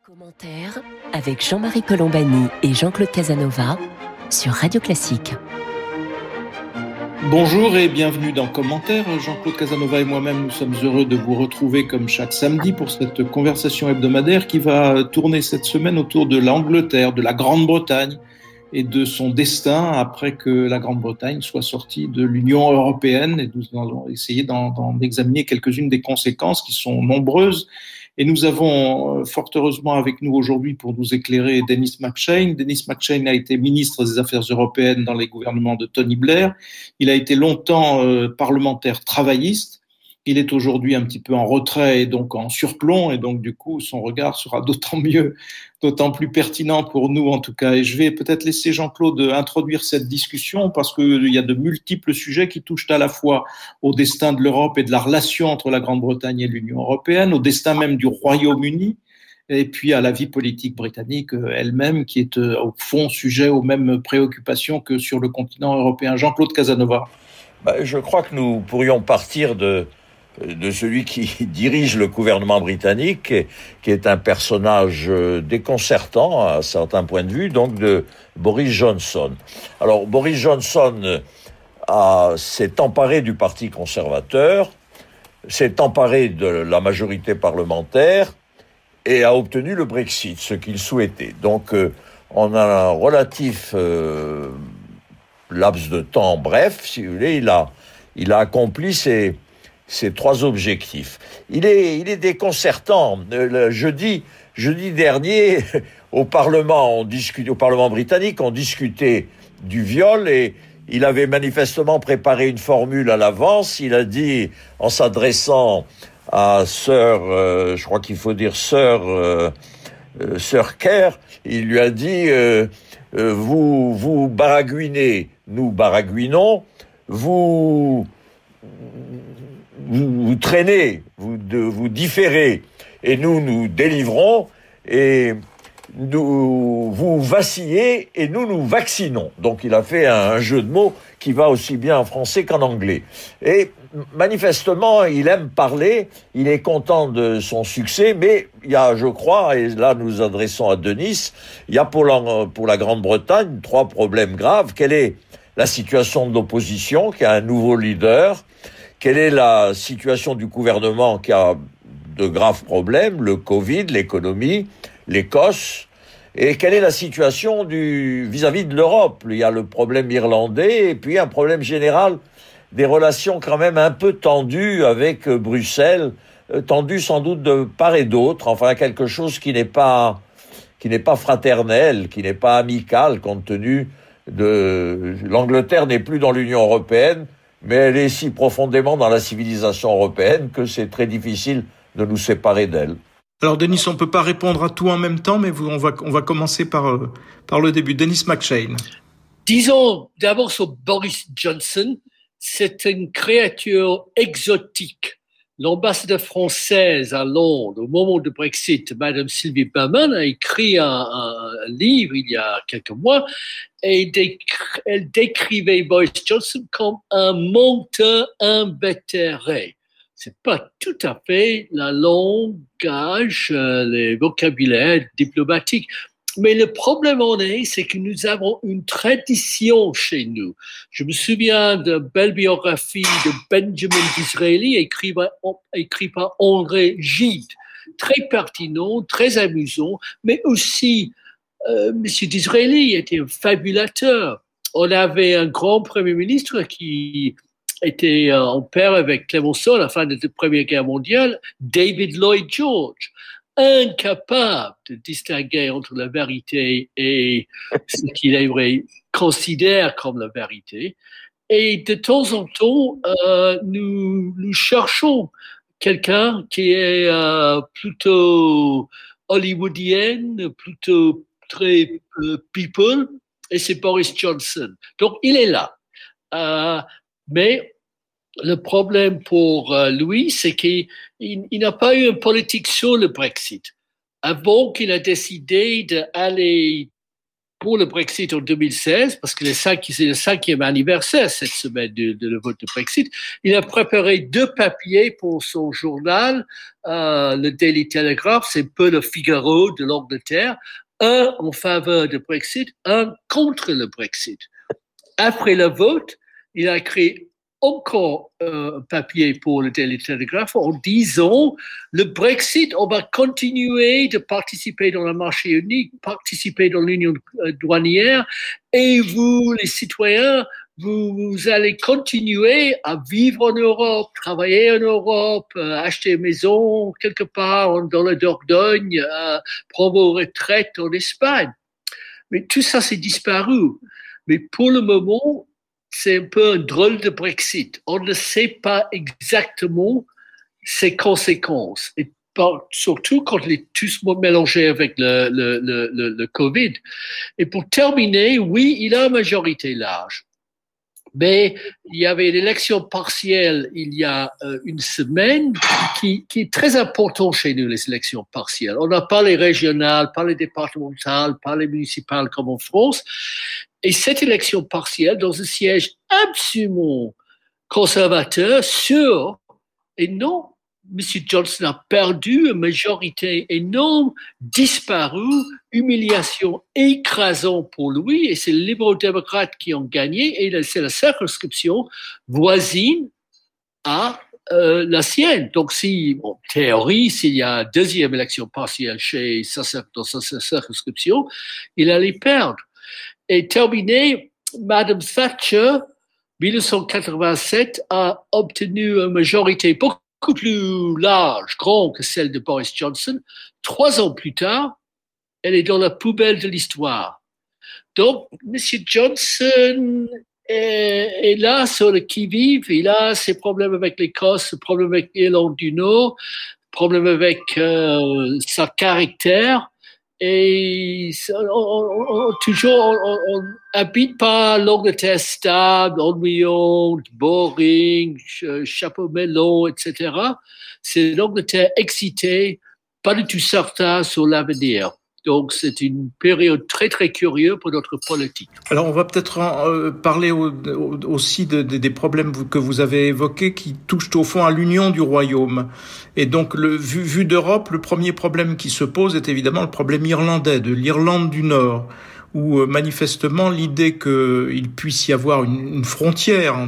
Commentaire avec Jean-Marie Colombani et Jean-Claude Casanova sur Radio Classique. Bonjour et bienvenue dans Commentaire. Jean-Claude Casanova et moi-même, nous sommes heureux de vous retrouver comme chaque samedi pour cette conversation hebdomadaire qui va tourner cette semaine autour de l'Angleterre, de la Grande-Bretagne et de son destin après que la Grande-Bretagne soit sortie de l'Union européenne. Et nous allons essayer d'en examiner quelques-unes des conséquences qui sont nombreuses. Et nous avons fort heureusement avec nous aujourd'hui pour nous éclairer Denis McShane. Denis McShane a été ministre des Affaires européennes dans les gouvernements de Tony Blair. Il a été longtemps parlementaire travailliste. Il est aujourd'hui un petit peu en retrait et donc en surplomb. Et donc du coup, son regard sera d'autant plus pertinent pour nous en tout cas. Et je vais peut-être laisser Jean-Claude introduire cette discussion parce qu'il y a de multiples sujets qui touchent à la fois au destin de l'Europe et de la relation entre la Grande-Bretagne et l'Union européenne, au destin même du Royaume-Uni, et puis à la vie politique britannique elle-même qui est au fond sujet aux mêmes préoccupations que sur le continent européen. Jean-Claude Casanova. Je crois que nous pourrions partir de celui qui dirige le gouvernement britannique, qui est un personnage déconcertant à certains points de vue, donc de Boris Johnson. Alors, Boris Johnson s'est emparé du Parti conservateur, s'est emparé de la majorité parlementaire et a obtenu le Brexit, ce qu'il souhaitait. Donc, on a un relatif laps de temps bref, si vous voulez, il a accompli ces trois objectifs. Il est déconcertant. Le jeudi dernier, au Parlement britannique, on discutait du viol et il avait manifestement préparé une formule à l'avance. Il a dit, en s'adressant à je crois qu'il faut dire Sir Kerr, il lui a dit, vous baragouinez, nous baragouinons, vous traînez, vous différez, et nous délivrons, et vous vacillez, et nous vaccinons. Donc il a fait un jeu de mots qui va aussi bien en français qu'en anglais. Et manifestement, il aime parler, il est content de son succès, mais il y a, je crois, et là nous adressons à Denis, il y a pour la Grande-Bretagne 3 problèmes graves. Quelle est la situation de l'opposition, qui a un nouveau leader? Quelle est la situation du gouvernement qui a de graves problèmes, le Covid, l'économie, l'Écosse? Et quelle est la situation vis-à-vis de l'Europe? Il y a le problème irlandais et puis un problème général des relations quand même un peu tendues avec Bruxelles, tendues sans doute de part et d'autre, enfin quelque chose qui n'est pas fraternel, qui n'est pas amical compte tenu de l'Angleterre n'est plus dans l'Union européenne, mais elle est si profondément dans la civilisation européenne que c'est très difficile de nous séparer d'elle. Alors Denis, on ne peut pas répondre à tout en même temps, mais on va commencer par le début. Denis McShane. Disons d'abord sur Boris Johnson, c'est une créature exotique. L'ambassadeur française à Londres, au moment du Brexit, Madame Sylvie Berman, a écrit un livre il y a quelques mois et elle décrivait Boris Johnson comme un menteur invétéré. C'est pas tout à fait le langage, le vocabulaire diplomatique. Mais le problème c'est que nous avons une tradition chez nous. Je me souviens de belle biographie de Benjamin Disraeli, écrit par André Gide. Très pertinent, très amusant, mais aussi, Monsieur Disraeli était un fabulateur. On avait un grand premier ministre qui était en pair avec Clemenceau à la fin de la Première Guerre mondiale, David Lloyd George, incapable de distinguer entre la vérité et ce qu'il considère comme la vérité. Et de temps en temps, nous cherchons quelqu'un qui est plutôt hollywoodienne, plutôt très people, et c'est Boris Johnson. Donc, il est là. Mais le problème pour lui, c'est qu'il n'a pas eu une politique sur le Brexit. Avant qu'il a décidé d'aller pour le Brexit en 2016, parce que c'est le 5e anniversaire cette semaine de le vote de Brexit, il a préparé 2 papiers pour son journal, le Daily Telegraph, c'est un peu le Figaro de l'Angleterre, un en faveur du Brexit, un contre le Brexit. Après le vote, il a créé encore un papier pour le Daily Telegraph en disant le Brexit, on va continuer de participer dans le marché unique, participer dans l'union douanière et vous, les citoyens, vous allez continuer à vivre en Europe, travailler en Europe, acheter une maison quelque part dans la Dordogne, prendre vos retraites en Espagne. Mais tout ça, c'est disparu. Mais pour le moment, c'est un peu un drôle de Brexit. On ne sait pas exactement ses conséquences. Et surtout quand les tous mélangés avec le Covid. Et pour terminer, oui, il a une majorité large. Mais il y avait une élection partielle il y a une semaine qui est très important chez nous, les élections partielles. On n'a pas les régionales, pas les départementales, pas les municipales comme en France. Et cette élection partielle, dans un siège absolument conservateur, sûr, et non, M. Johnson a perdu une majorité énorme, disparu, humiliation écrasante pour lui, et c'est les libéraux-démocrates qui ont gagné, et c'est la circonscription voisine à la sienne. Donc, en théorie, s'il y a une deuxième élection partielle dans sa circonscription, il allait perdre. Et terminé, Madame Thatcher, 1987, a obtenu une majorité beaucoup plus large, grande que celle de Boris Johnson. 3 ans plus tard, elle est dans la poubelle de l'histoire. Donc, M. Johnson est là sur le qui-vive. Il a ses problèmes avec l'Écosse, ses problèmes avec l'Irlande du Nord, problèmes avec son caractère. Et on habite pas l'Angleterre stable, ennuyante, boring, chapeau melon, etc. C'est l'Angleterre excitée, pas du tout certain sur l'avenir. Donc, c'est une période très, très curieuse pour notre politique. Alors, on va peut-être parler aussi des problèmes que vous avez évoqués qui touchent au fond à l'union du Royaume. Et donc, vu d'Europe, le premier problème qui se pose est évidemment le problème irlandais, de l'Irlande du Nord, où manifestement l'idée qu'il puisse y avoir une frontière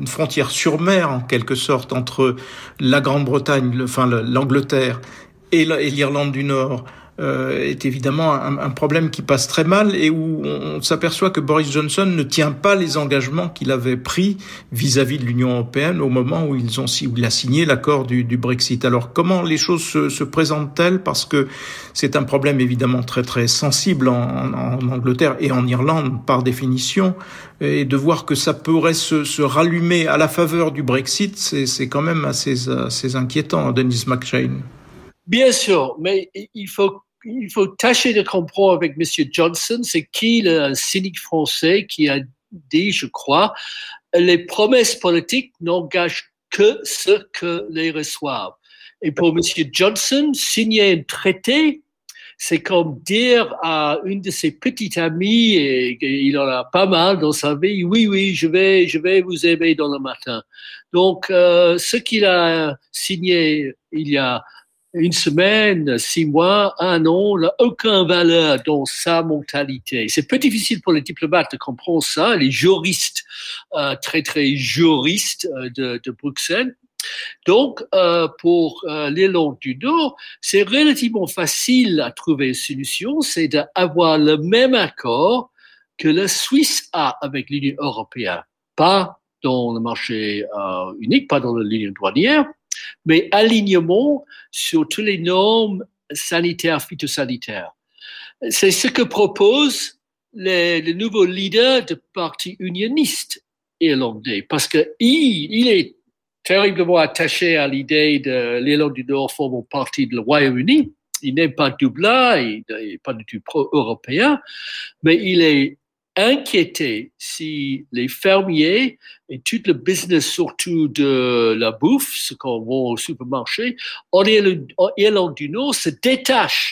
sur mer en quelque sorte entre la Grande-Bretagne, l'Angleterre et l'Irlande du Nord, est évidemment un problème qui passe très mal et où on s'aperçoit que Boris Johnson ne tient pas les engagements qu'il avait pris vis-à-vis de l'Union européenne au moment où il a signé l'accord du Brexit. Alors comment les choses se présentent-elles? Parce que c'est un problème évidemment très très sensible en Angleterre et en Irlande par définition, et de voir que ça pourrait se rallumer à la faveur du Brexit, c'est quand même assez inquiétant, Denis McShane. Bien sûr, mais il faut tâcher de comprendre avec M. Johnson, c'est qui le cynique français qui a dit, je crois, les promesses politiques n'engagent que ceux que les reçoivent. Et pour M. Johnson, signer un traité, c'est comme dire à une de ses petites amies, et il en a pas mal dans sa vie, oui, je vais vous aimer dans le matin. Donc, ce qu'il a signé il y a une semaine, 6 mois, 1 an, n'a aucune valeur dans sa mentalité. C'est peu difficile pour les diplomates de comprendre ça, les juristes, très très juristes de Bruxelles. Donc, pour l'Irlande du Nord, c'est relativement facile à trouver une solution, c'est d'avoir le même accord que la Suisse a avec l'Union européenne. Pas dans le marché unique, pas dans l'union douanière, mais alignement sur toutes les normes sanitaires, phytosanitaires. C'est ce que proposent les nouveaux leaders du parti unioniste irlandais, parce qu'il est terriblement attaché à l'idée de l'Irlande du Nord formant partie du Royaume-Uni. Il n'aime pas Dublin, il n'est pas du tout pro-européen, mais il est inquiété si les fermiers et tout le business, surtout de la bouffe, ce qu'on vend au supermarché, en Irlande du Nord, se détachent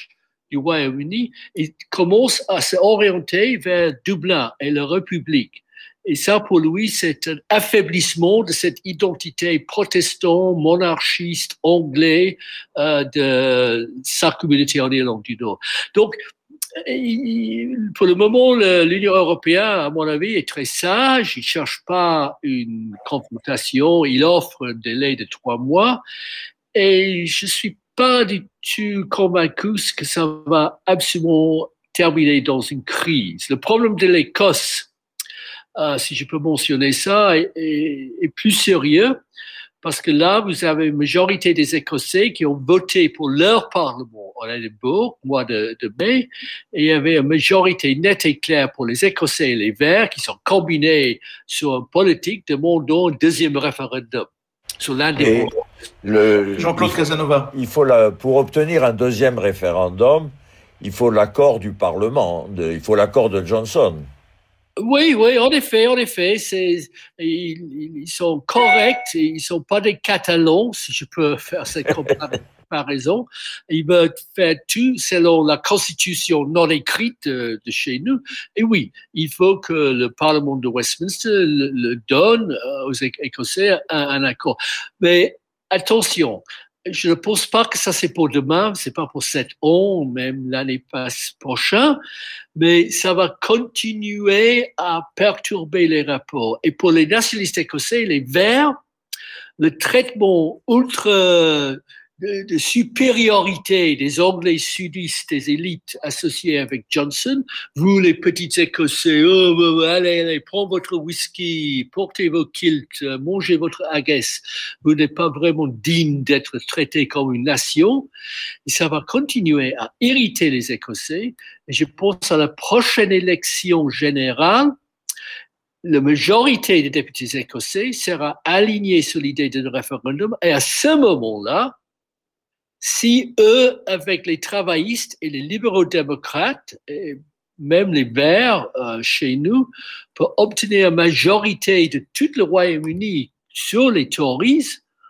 du Royaume-Uni et commence à s'orienter vers Dublin et la République. Et ça, pour lui, c'est un affaiblissement de cette identité protestant, monarchiste, anglais de sa communauté en Irlande du Nord. Donc, pour le moment, l'Union européenne, à mon avis, est très sage. Il ne cherche pas une confrontation. Il offre un délai de 3 mois. Et je ne suis pas du tout convaincu que ça va absolument terminer dans une crise. Le problème de l'Écosse, si je peux mentionner ça, est plus sérieux parce que là, vous avez une majorité des Écossais qui ont voté pour leur Parlement en Édimbourg au mois de mai, et il y avait une majorité nette et claire pour les Écossais et les Verts qui sont combinés sur une politique demandant un deuxième référendum sur l'indépendance. Jean-Claude Casanova. Pour obtenir un deuxième référendum, il faut l'accord du Parlement, il faut l'accord de Johnson. Oui, en effet, ils sont corrects, ils ne sont pas des Catalans, si je peux faire cette comparaison. Ils veulent faire tout selon la constitution non écrite de chez nous. Et oui, il faut que le Parlement de Westminster le donne aux Écossais un accord. Mais attention, je ne pense pas que ça c'est pour demain, c'est pas pour 7 ans, même l'année prochaine, mais ça va continuer à perturber les rapports. Et pour les nationalistes écossais, les Verts, le traitement de supériorité des Anglais sudistes, des élites associées avec Johnson, vous les petits Écossais, allez, prenez votre whisky, portez vos kilts, mangez votre haggis, vous n'êtes pas vraiment digne d'être traité comme une nation, et ça va continuer à irriter les Écossais, et je pense à la prochaine élection générale, la majorité des députés écossais sera alignée sur l'idée d'un référendum, et à ce moment-là, si eux, avec les travaillistes et les libéraux démocrates, et même les Verts chez nous, peuvent obtenir une majorité de tout le Royaume-Uni sur les Tories,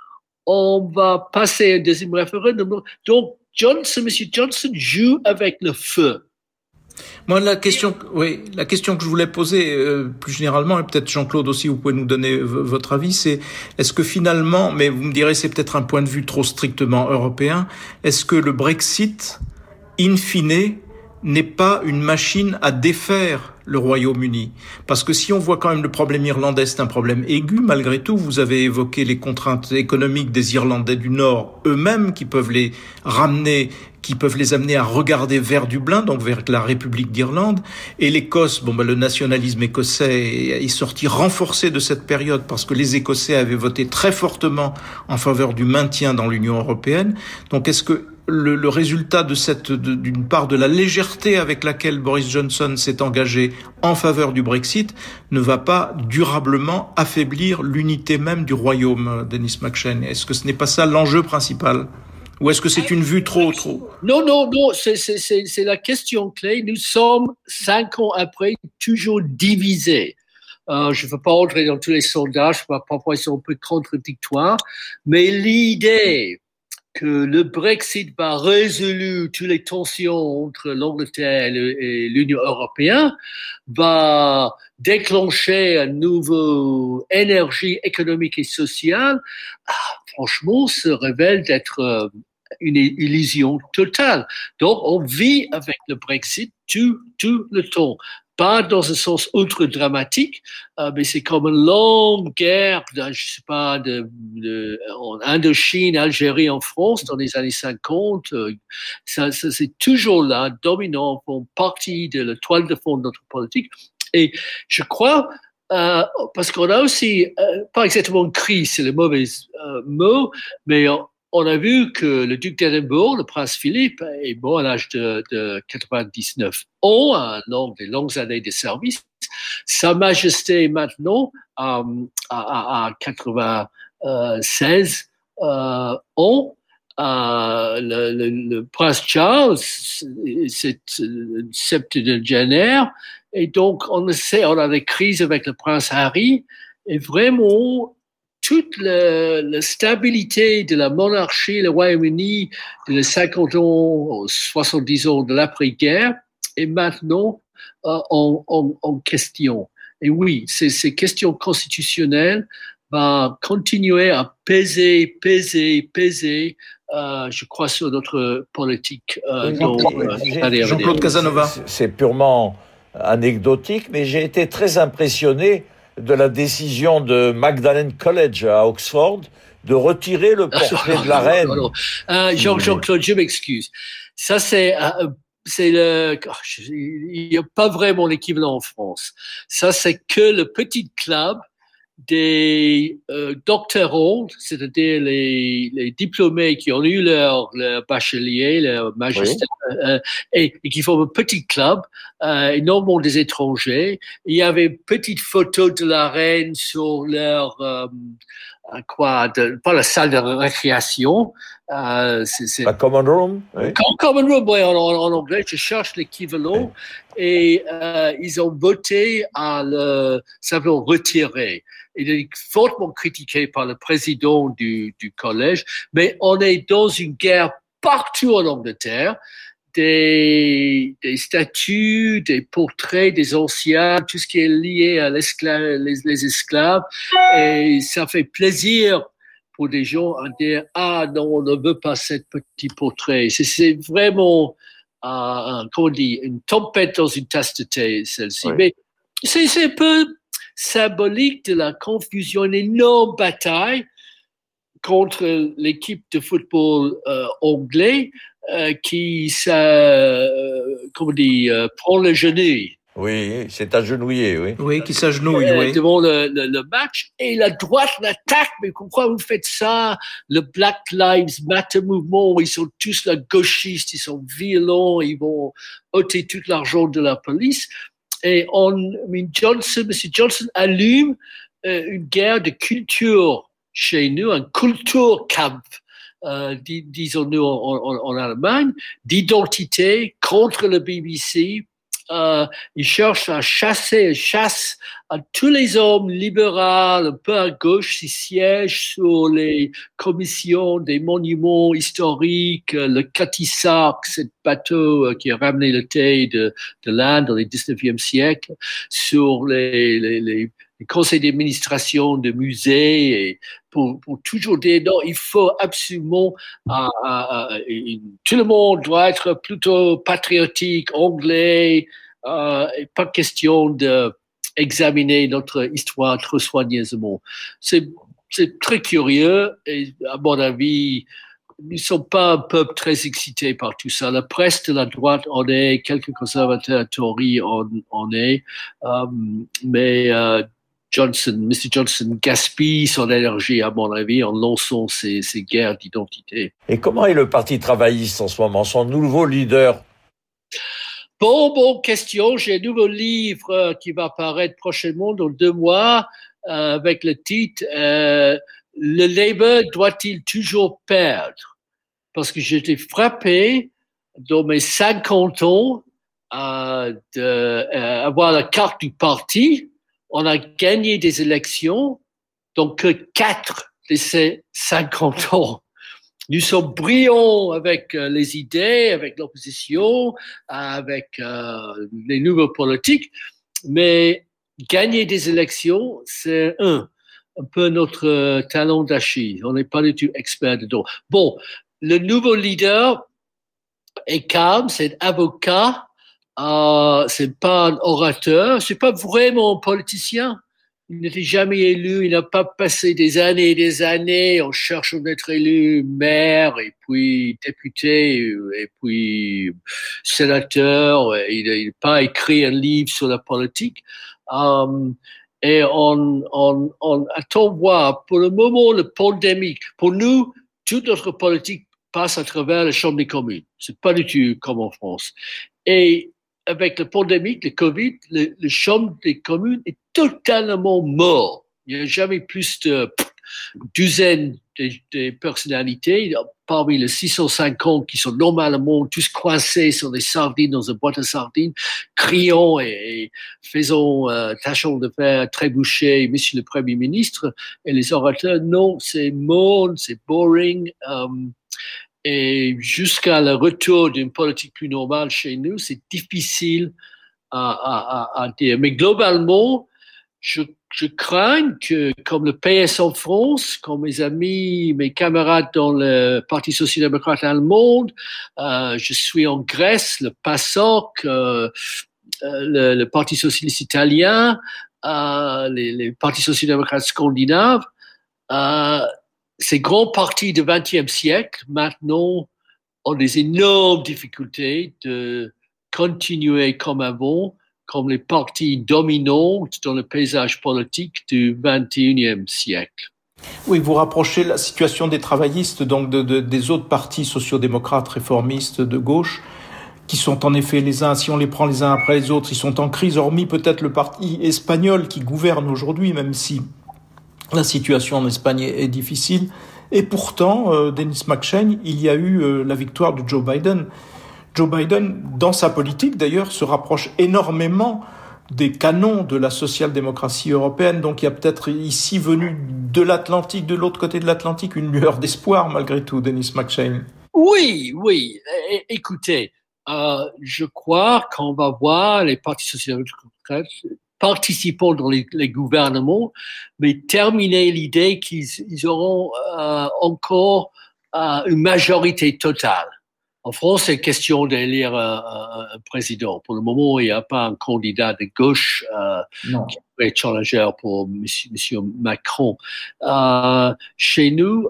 on va passer un deuxième référendum. Donc, M. Johnson joue avec le feu. Moi, la question que je voulais poser plus généralement, et peut-être Jean-Claude aussi, vous pouvez nous donner votre avis, c'est est-ce que finalement, mais vous me direz c'est peut-être un point de vue trop strictement européen, est-ce que le Brexit, in fine, n'est pas une machine à défaire le Royaume-Uni? Parce que si on voit quand même le problème irlandais, c'est un problème aigu malgré tout. Vous avez évoqué les contraintes économiques des Irlandais du Nord eux-mêmes qui peuvent les ramener, qui peuvent les amener à regarder vers Dublin, donc vers la République d'Irlande. Et l'Écosse, le nationalisme écossais est sorti renforcé de cette période parce que les Écossais avaient voté très fortement en faveur du maintien dans l'Union européenne. Donc est-ce que le résultat d'une part de la légèreté avec laquelle Boris Johnson s'est engagé en faveur du Brexit ne va pas durablement affaiblir l'unité même du Royaume, Denis McShane? Est-ce que ce n'est pas ça l'enjeu principal? Ou est-ce que c'est une vue trop? Non, c'est la question clé. Nous sommes 5 ans après toujours divisés. Je ne veux pas entrer dans tous les sondages, parfois ils sont un peu contradictoires, mais l'idée que le Brexit va résoudre toutes les tensions entre l'Angleterre et l'Union européenne, va déclencher une nouvelle énergie économique et sociale, franchement, se révèle d'être une illusion totale. Donc, on vit avec le Brexit tout le temps. Pas dans un sens ultra dramatique, mais c'est comme une longue guerre, je sais pas, en Indochine, Algérie, en France, dans les années 50. Ça c'est toujours là, dominant, font partie de la toile de fond de notre politique. Et je crois, parce qu'on a aussi, pas exactement une crise, c'est le mauvais mot, mais on a vu que le duc d'Édimbourg, le prince Philippe, est mort à l'âge de 99 ans, à des longues années de service. Sa Majesté, maintenant, à 96 ans, le prince Charles, c'est septuagénaire, et donc on a des crises avec le prince Harry, et vraiment, toute la stabilité de la monarchie, le Royaume-Uni, de les 50 ans, 70 ans de l'après-guerre, est maintenant en question. Et oui, ces questions constitutionnelles vont continuer à peser, je crois, sur notre politique. Jean-Claude Casanova. C'est purement anecdotique, mais j'ai été très impressionné de la décision de Magdalen College à Oxford de retirer le portrait de la reine. Jean-Claude, je m'excuse. Ça, il n'y a pas vraiment l'équivalent en France. Ça, c'est que le petit club des doctorants, c'est-à-dire les diplômés qui ont eu leur bachelier, leur magistère, et qui forment un petit club, énormément des étrangers. Il y avait une petite photo de la reine sur leur pas la salle de récréation. C'est la Common Room. Oui. Common Room, oui, en anglais. Je cherche l'équivalent. Oui. Et ils ont voté à simplement retirer. Il est fortement critiqué par le président du collège, mais on est dans une guerre partout en Angleterre. Des statues, des portraits des anciens, tout ce qui est lié à les esclaves. Et ça fait plaisir pour des gens à dire « Ah non, on ne veut pas ce petit portrait ». C'est vraiment, comment on dit, une tempête dans une tasse de thé, celle-ci. Oui. Mais c'est un peu symbolique de la confusion, une énorme bataille contre l'équipe de football anglais qui prend le genou. Oui, c'est agenouillé, oui. Oui, qui s'agenouille, oui. Devant le match. Et la droite l'attaque, mais pourquoi vous faites ça? Le Black Lives Matter mouvement, ils sont tous la gauchistes, ils sont violents, ils vont ôter tout l'argent de la police. Et M. Johnson allume une guerre de culture chez nous, un Kulturkampf, disons-nous en Allemagne, d'identité contre le BBC. Il cherche à chasse à tous les hommes libéraux, un peu à gauche, qui siègent sur les commissions des monuments historiques, le Catisarc, ce bateau qui a ramené le thé de l'Inde dans le 19e siècle, sur les conseils d'administration de musées, et pour toujours dire non, il faut absolument, tout le monde doit être plutôt patriotique, anglais, et pas question d'examiner notre histoire trop soigneusement. C'est très curieux et à mon avis, nous ne sommes pas un peuple très excité par tout ça. La presse de la droite en est, quelques conservateurs Tory en est, mais Mr. Johnson gaspille son énergie, à mon avis, en lançant ces guerres d'identité. Et comment est le Parti travailliste en ce moment, son nouveau leader? Bonne question. J'ai un nouveau livre qui va paraître prochainement, dans 2 mois, avec le titre « Le Labour doit-il toujours perdre ?» Parce que j'étais frappé dans mes 50 ans d'avoir la carte du parti. On a gagné des élections, donc que 4 de ces 50 ans. Nous sommes brillants avec les idées, avec l'opposition, avec les nouveaux politiques, mais gagner des élections, c'est un peu notre talon d'Achille. On n'est pas du tout expert dedans. Bon, le nouveau leader est calme, c'est un avocat. C'est pas un orateur, c'est pas vraiment un politicien. Il n'était jamais élu, il n'a pas passé des années et des années en cherchant d'être élu maire et puis député et puis sénateur. Il n'a pas écrit un livre sur la politique. Et on attend voir. Pour le moment, la pandémie, pour nous, toute notre politique passe à travers la Chambre des communes. C'est pas du tout comme en France. Et avec la pandémie, le Covid, le Chambre des communes est totalement mort. Il n'y a jamais plus de douzaines des personnalités, parmi les 650 qui sont normalement tous coincés sur des sardines dans une boîte à sardines, criant et faisant, tâchant de faire trébucher Monsieur le Premier ministre, et les orateurs, non, c'est morne, c'est boring, et jusqu'à le retour d'une politique plus normale chez nous, c'est difficile à dire. Mais globalement, je crains que, comme le PS en France, comme mes amis, mes camarades dans le Parti social-démocrate allemand, je suis en Grèce, le PASOK, le Parti socialiste italien, les partis social-démocrates scandinaves, ces grands partis du XXe siècle, maintenant, ont des énormes difficultés de continuer comme avant, comme les partis dominants dans le paysage politique du XXIe siècle. Oui, vous rapprochez la situation des travaillistes donc des autres partis sociaux-démocrates réformistes de gauche, qui sont en effet les uns, si on les prend les uns après les autres, ils sont en crise, hormis peut-être le parti espagnol qui gouverne aujourd'hui, même si la situation en Espagne est difficile. Et pourtant, Dennis McShane, il y a eu la victoire de Joe Biden. Joe Biden, dans sa politique d'ailleurs, se rapproche énormément des canons de la social-démocratie européenne. Donc il y a peut-être ici, venu de l'Atlantique, de l'autre côté de l'Atlantique, une lueur d'espoir malgré tout, Dennis McShane. Oui. Écoutez, je crois qu'on va voir les partis social-démocrates participant dans les gouvernements, mais terminer l'idée qu'ils auront encore une majorité totale. En France, c'est question d'élire un président. Pour le moment, il n'y a pas un candidat de gauche qui pourrait challenger pour monsieur Macron. Chez nous,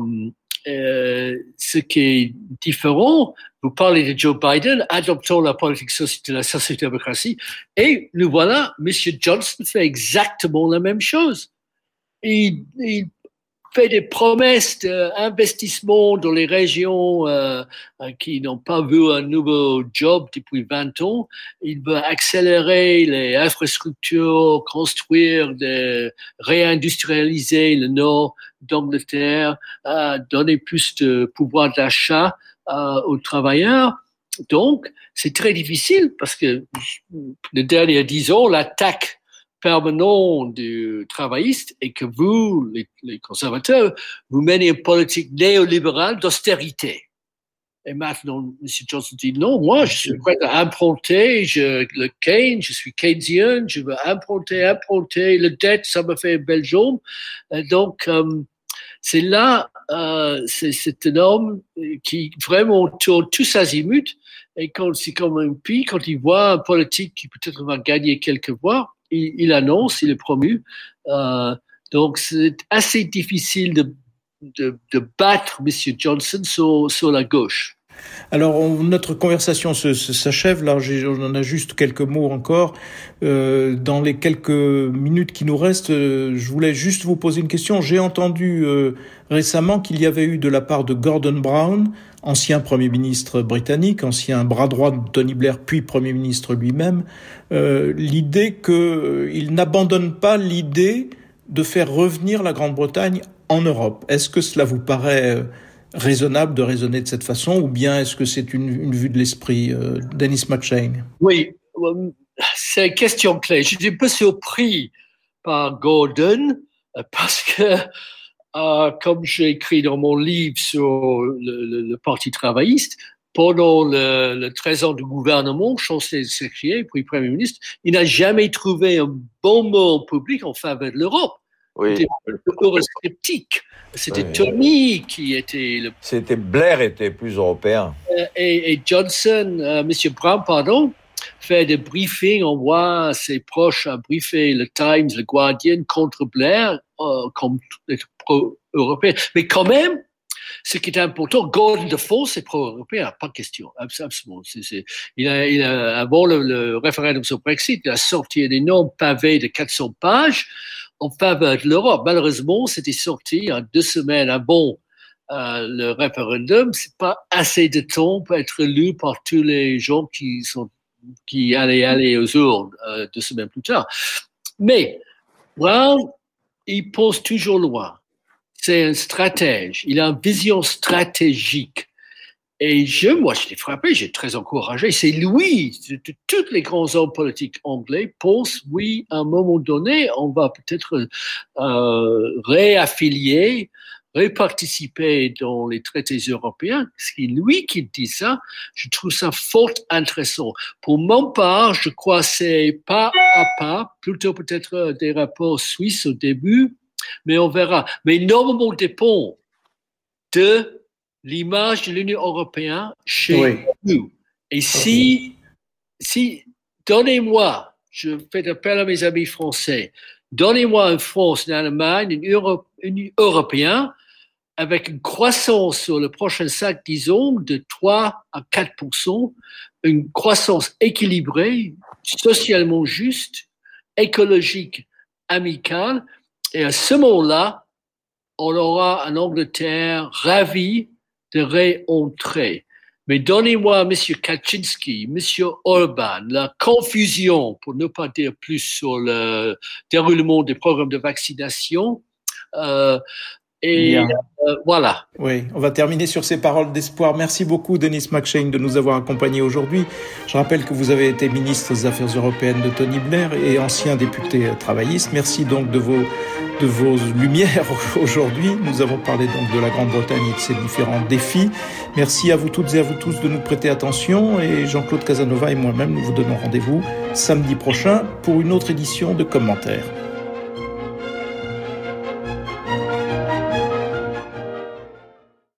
ce qui est différent, vous parlez de Joe Biden, adoptant la politique de la social-démocratie, et nous voilà, monsieur Johnson fait exactement la même chose. Il fait des promesses d'investissement dans les régions qui n'ont pas vu un nouveau job depuis 20 ans. Il veut accélérer les infrastructures, construire, réindustrialiser le nord d'Angleterre, donner plus de pouvoir d'achat aux travailleurs. Donc, c'est très difficile parce que les derniers 10 ans, l'attaque permanent du travailliste et que vous, les conservateurs, vous menez une politique néolibérale d'austérité. Et maintenant, M. Johnson dit non, moi, je suis prêt à emprunter, le Keynes, je suis keynésien, je veux emprunter, le dette, ça me fait une belle jambe. Donc, c'est là, c'est un homme qui vraiment tourne tous azimuts et quand c'est comme un pays, quand il voit un politique qui peut-être va gagner quelques voix, il annonce, il est promu. Donc, c'est assez difficile de battre M. Johnson sur la gauche. Alors, notre conversation s'achève. Là, on en a juste quelques mots encore. Dans les quelques minutes qui nous restent, je voulais juste vous poser une question. J'ai entendu récemment qu'il y avait eu de la part de Gordon Brown, ancien Premier ministre britannique, ancien bras droit de Tony Blair, puis Premier ministre lui-même, l'idée qu'il n'abandonne pas l'idée de faire revenir la Grande-Bretagne en Europe. Est-ce que cela vous paraît raisonnable de raisonner de cette façon, ou bien est-ce que c'est une vue de l'esprit, Dennis McShane? Oui, c'est une question clé. Je suis un peu surpris par Gordon parce que, comme j'ai écrit dans mon livre sur le Parti travailliste, pendant le 13 ans du gouvernement, chancelier secrétaire, puis Premier ministre, il n'a jamais trouvé un bon mot en public en faveur de l'Europe. Oui. Il était eurosceptique. C'était Tony qui était C'était Blair était plus européen. Et Johnson, Monsieur Brown, pardon, fait des briefings, on voit ses proches à briefer le Times, le Guardian contre Blair, comme pro-européen. Mais quand même, ce qui est important, Gordon de fond, c'est pro-européen, pas de question, absolument. Avant le référendum sur Brexit, il a sorti un énorme pavé de 400 pages en faveur de l'Europe. Malheureusement, c'était sorti 2 semaines avant le référendum. C'est pas assez de temps pour être lu par tous les gens qui allaient aller aux urnes 2 semaines plus tard. Mais Brown, il pense toujours loin. c'est un stratège. Il a une vision stratégique. Et moi, je l'ai frappé, j'ai très encouragé. C'est lui, de tous les grands hommes politiques anglais, pensent, oui, à un moment donné, on va peut-être réaffilier, reparticiper dans les traités européens. C'est lui qui dit ça. Je trouve ça fort intéressant. Pour mon part, je crois que c'est pas à pas, plutôt peut-être des rapports suisses au début, mais on verra. Mais énormément dépend de l'image de l'Union européenne chez nous. Et si, donnez-moi, je fais appel à mes amis français, donnez-moi une France, une Allemagne, une Européenne, avec une croissance sur le prochain 5-10 ans de 3 à 4%, une croissance équilibrée, socialement juste, écologique, amicale, et à ce moment-là, on aura en Angleterre ravie de réentrer. Mais donnez-moi M. Kaczynski, M. Orban, la confusion, pour ne pas dire plus sur le déroulement des programmes de vaccination. Voilà. Oui, on va terminer sur ces paroles d'espoir. Merci beaucoup, Denis McShane, de nous avoir accompagnés aujourd'hui. Je rappelle que vous avez été ministre des Affaires européennes de Tony Blair et ancien député travailliste. Merci donc de vos lumières aujourd'hui. Nous avons parlé donc de la Grande-Bretagne et de ses différents défis. Merci à vous toutes et à vous tous de nous prêter attention. Et Jean-Claude Casanova et moi-même, nous vous donnons rendez-vous samedi prochain pour une autre édition de Commentaires.